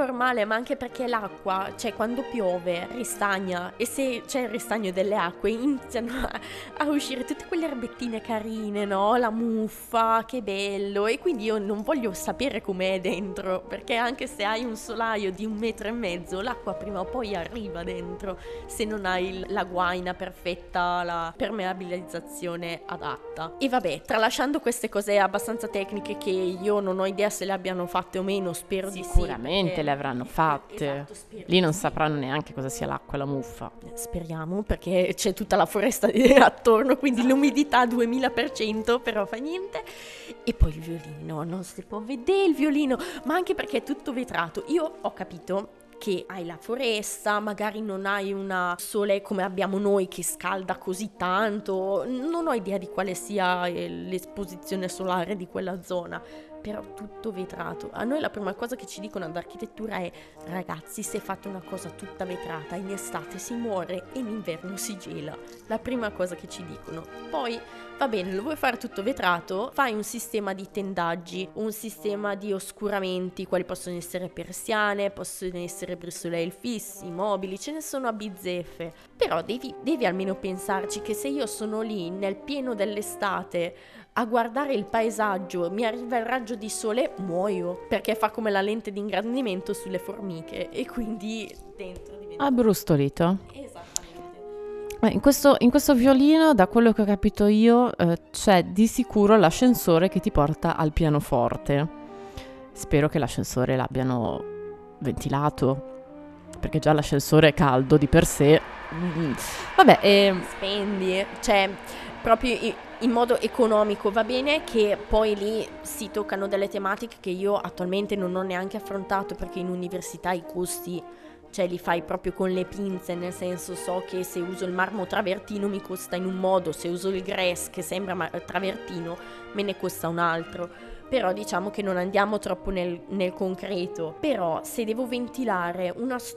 ma anche perché l'acqua, cioè quando piove ristagna, e se c'è il ristagno delle acque iniziano a uscire tutte quelle erbettine carine, no? La muffa, che bello, e quindi io non voglio voglio sapere com'è dentro, perché anche se hai un solaio di 1,5 metri, l'acqua prima o poi arriva dentro, se non hai la guaina perfetta, la permeabilizzazione adatta. E vabbè, tralasciando queste cose abbastanza tecniche che io non ho idea se le abbiano fatte o meno, spero di sì. Sicuramente le avranno fatte. Esatto, spero. Lì non sapranno neanche cosa sia l'acqua e la muffa. Speriamo, perché c'è tutta la foresta attorno, quindi l'umidità 2000%, però fa niente. E poi il violino, non si può vedere il violino, ma anche perché è tutto vetrato. Io ho capito che hai la foresta, magari non hai una sole come abbiamo noi che scalda così tanto, non ho idea di quale sia l'esposizione solare di quella zona, però tutto vetrato. A noi la prima cosa che ci dicono ad architettura è: ragazzi, se fate una cosa tutta vetrata, in estate si muore e in inverno si gela. La prima cosa che ci dicono. Poi va bene, lo vuoi fare tutto vetrato? Fai un sistema di tendaggi, un sistema di oscuramenti, quali possono essere persiane, possono essere brisoleil fissi, mobili, ce ne sono a bizzeffe. Però devi almeno pensarci che se io sono lì nel pieno dell'estate a guardare il paesaggio, mi arriva il raggio di sole, muoio, perché fa come la lente di ingrandimento sulle formiche e quindi dentro diventa Abbrustolito. Esattamente. In questo violino, da quello che ho capito io, c'è di sicuro l'ascensore che ti porta al pianoforte. Spero che l'ascensore l'abbiano ventilato, perché già l'ascensore è caldo di per sé. Vabbè, Spendi, cioè proprio in modo economico. Va bene che poi lì si toccano delle tematiche che io attualmente non ho neanche affrontato, perché in università i costi, cioè li fai proprio con le pinze, nel senso so che se uso il marmo travertino mi costa in un modo, se uso il grès che sembra travertino me ne costa un altro. Però diciamo che non andiamo troppo nel concreto. Però se devo ventilare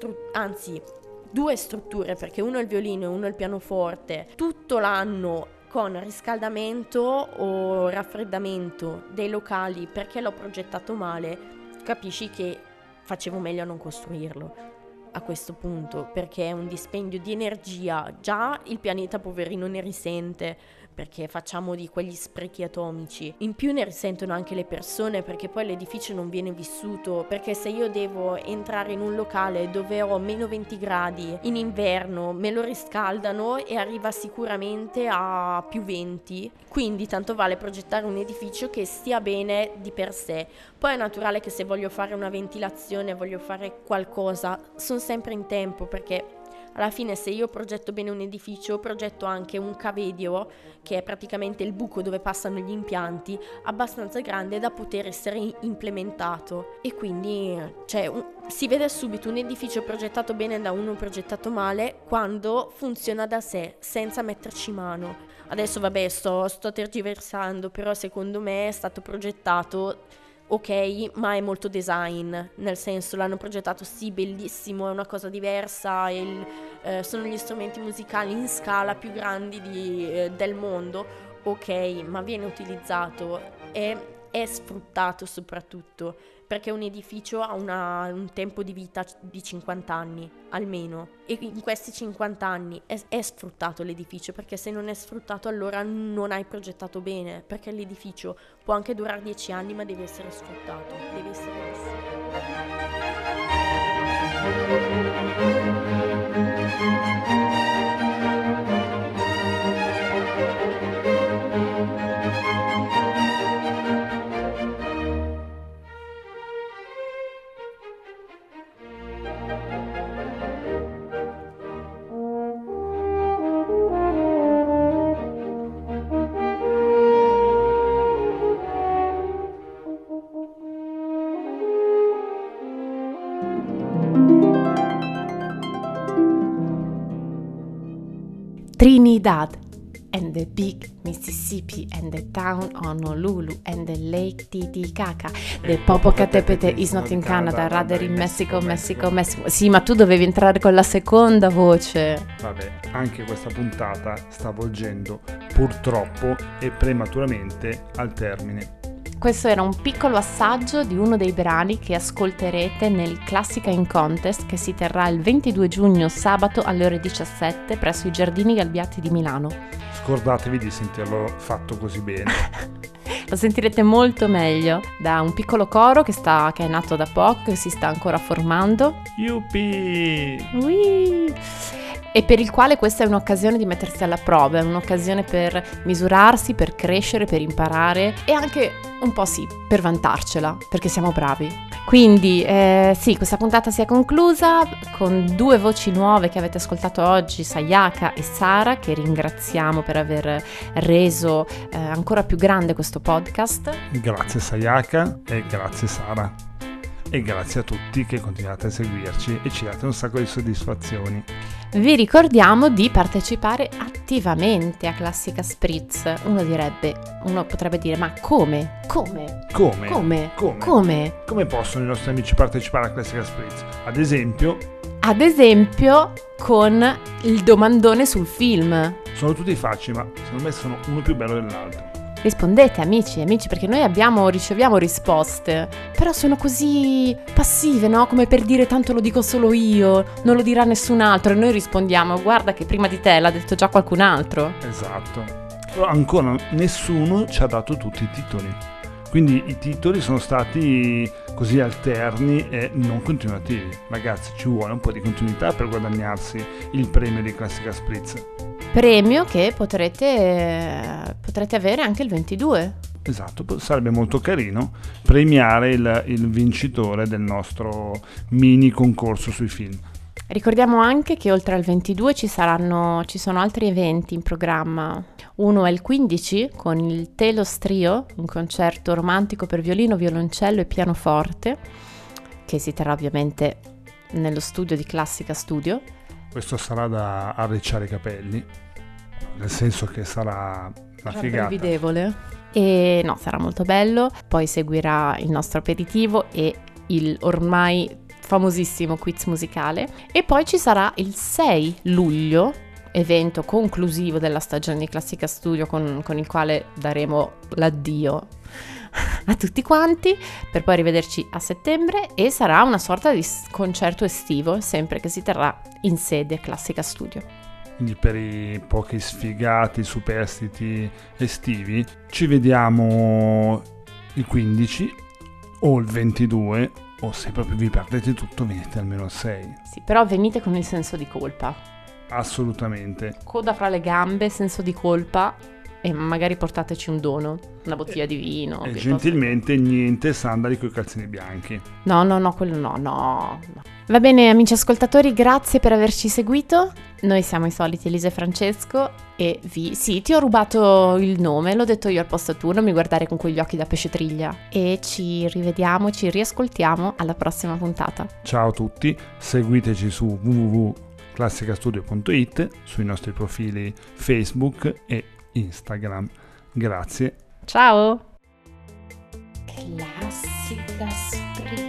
due strutture, perché uno è il violino e uno è il pianoforte, tutto l'anno con riscaldamento o raffreddamento dei locali, perché l'ho progettato male, capisci che facevo meglio a non costruirlo a questo punto, perché è un dispendio di energia. Già il pianeta poverino ne risente, perché facciamo di quegli sprechi atomici. In più ne risentono anche le persone, perché poi l'edificio non viene vissuto, perché se io devo entrare in un locale dove ho meno 20 gradi in inverno, me lo riscaldano e arriva sicuramente a più 20, quindi tanto vale progettare un edificio che stia bene di per sé. Poi è naturale che se voglio fare una ventilazione, voglio fare qualcosa, sono sempre in tempo, perché alla fine se io progetto bene un edificio, progetto anche un cavedio, che è praticamente il buco dove passano gli impianti, abbastanza grande da poter essere implementato. E quindi si vede subito un edificio progettato bene da uno progettato male quando funziona da sé, senza metterci mano. Adesso vabbè, sto tergiversando, però secondo me è stato progettato ok, ma è molto design, nel senso l'hanno progettato sì, bellissimo, è una cosa diversa, sono gli strumenti musicali in scala più grandi del mondo, ok, ma viene utilizzato, è sfruttato soprattutto, perché un edificio ha un tempo di vita di 50 anni almeno, e in questi 50 anni è sfruttato l'edificio, perché se non è sfruttato allora non hai progettato bene, perché l'edificio può anche durare 10 anni ma deve essere sfruttato, deve essere Trinidad and the big Mississippi and the town Honolulu and the lake Titicaca. The Popocatépetl is not in Canada, rather in Mexico. Sì, ma tu dovevi entrare con la seconda voce. Vabbè, anche questa puntata sta volgendo purtroppo e prematuramente al termine. Questo era un piccolo assaggio di uno dei brani che ascolterete nel Classica in Contest, che si terrà il 22 giugno sabato alle ore 17 presso i Giardini Galbiati di Milano. Scordatevi di sentirlo fatto così bene. la sentirete molto meglio da un piccolo coro che è nato da poco, che si sta ancora formando. Yuppie! Ui! E per il quale questa è un'occasione di mettersi alla prova, è un'occasione per misurarsi, per crescere, per imparare e anche un po' sì, per vantarcela, perché siamo bravi. Quindi sì, questa puntata si è conclusa con 2 voci nuove che avete ascoltato oggi, Sayaka e Sara, che ringraziamo per aver reso ancora più grande questo podcast. Grazie Sayaka e grazie Sara. E grazie a tutti che continuate a seguirci e ci date un sacco di soddisfazioni. Vi ricordiamo di partecipare attivamente a Classica Spritz. Uno potrebbe dire, ma come? Come possono i nostri amici partecipare a Classica Spritz? Ad esempio con il domandone sul film. Sono tutti facili, ma secondo me sono uno più bello dell'altro. Rispondete amici, perché noi riceviamo risposte, però sono così passive, no? Come per dire tanto lo dico solo io, non lo dirà nessun altro, e noi rispondiamo guarda che prima di te l'ha detto già qualcun altro. Esatto, però ancora nessuno ci ha dato tutti i titoli, quindi i titoli sono stati così alterni e non continuativi. Ragazzi, ci vuole un po' di continuità per guadagnarsi il premio di Classica Spritz. Premio che potrete avere anche il 22. Esatto, sarebbe molto carino premiare il vincitore del nostro mini concorso sui film. Ricordiamo anche che oltre al 22 ci sono altri eventi in programma. Uno è il 15 con il Telos Trio, un concerto romantico per violino, violoncello e pianoforte, che si terrà ovviamente nello studio di Classica Studio. Questo sarà da arricciare i capelli, nel senso che sarà una figata. Rabbrividevole. E no, sarà molto bello. Poi seguirà il nostro aperitivo e il ormai famosissimo quiz musicale. E poi ci sarà il 6 luglio, evento conclusivo della stagione di Classica Studio con il quale daremo l'addio a tutti quanti, per poi rivederci a settembre, e sarà una sorta di concerto estivo, sempre che si terrà in sede Classica Studio. Quindi per i pochi sfigati superstiti estivi ci vediamo il 15 o il 22, o se proprio vi perdete tutto venite almeno al 6. Sì, però venite con il senso di colpa. Assolutamente. Coda fra le gambe, senso di colpa, e magari portateci un dono, una bottiglia di vino. E gentilmente niente sandali coi calzini bianchi. No, quello no. Va bene amici ascoltatori, grazie per averci seguito. Noi siamo i soliti Elisa e Francesco e sì, ti ho rubato il nome, l'ho detto io al posto tuo, non mi guardare con quegli occhi da pesce triglia. E ci rivediamo, ci riascoltiamo alla prossima puntata. Ciao a tutti, seguiteci su www.classicastudio.it, sui nostri profili Facebook e Instagram. Grazie. Ciao. Classica Spritz.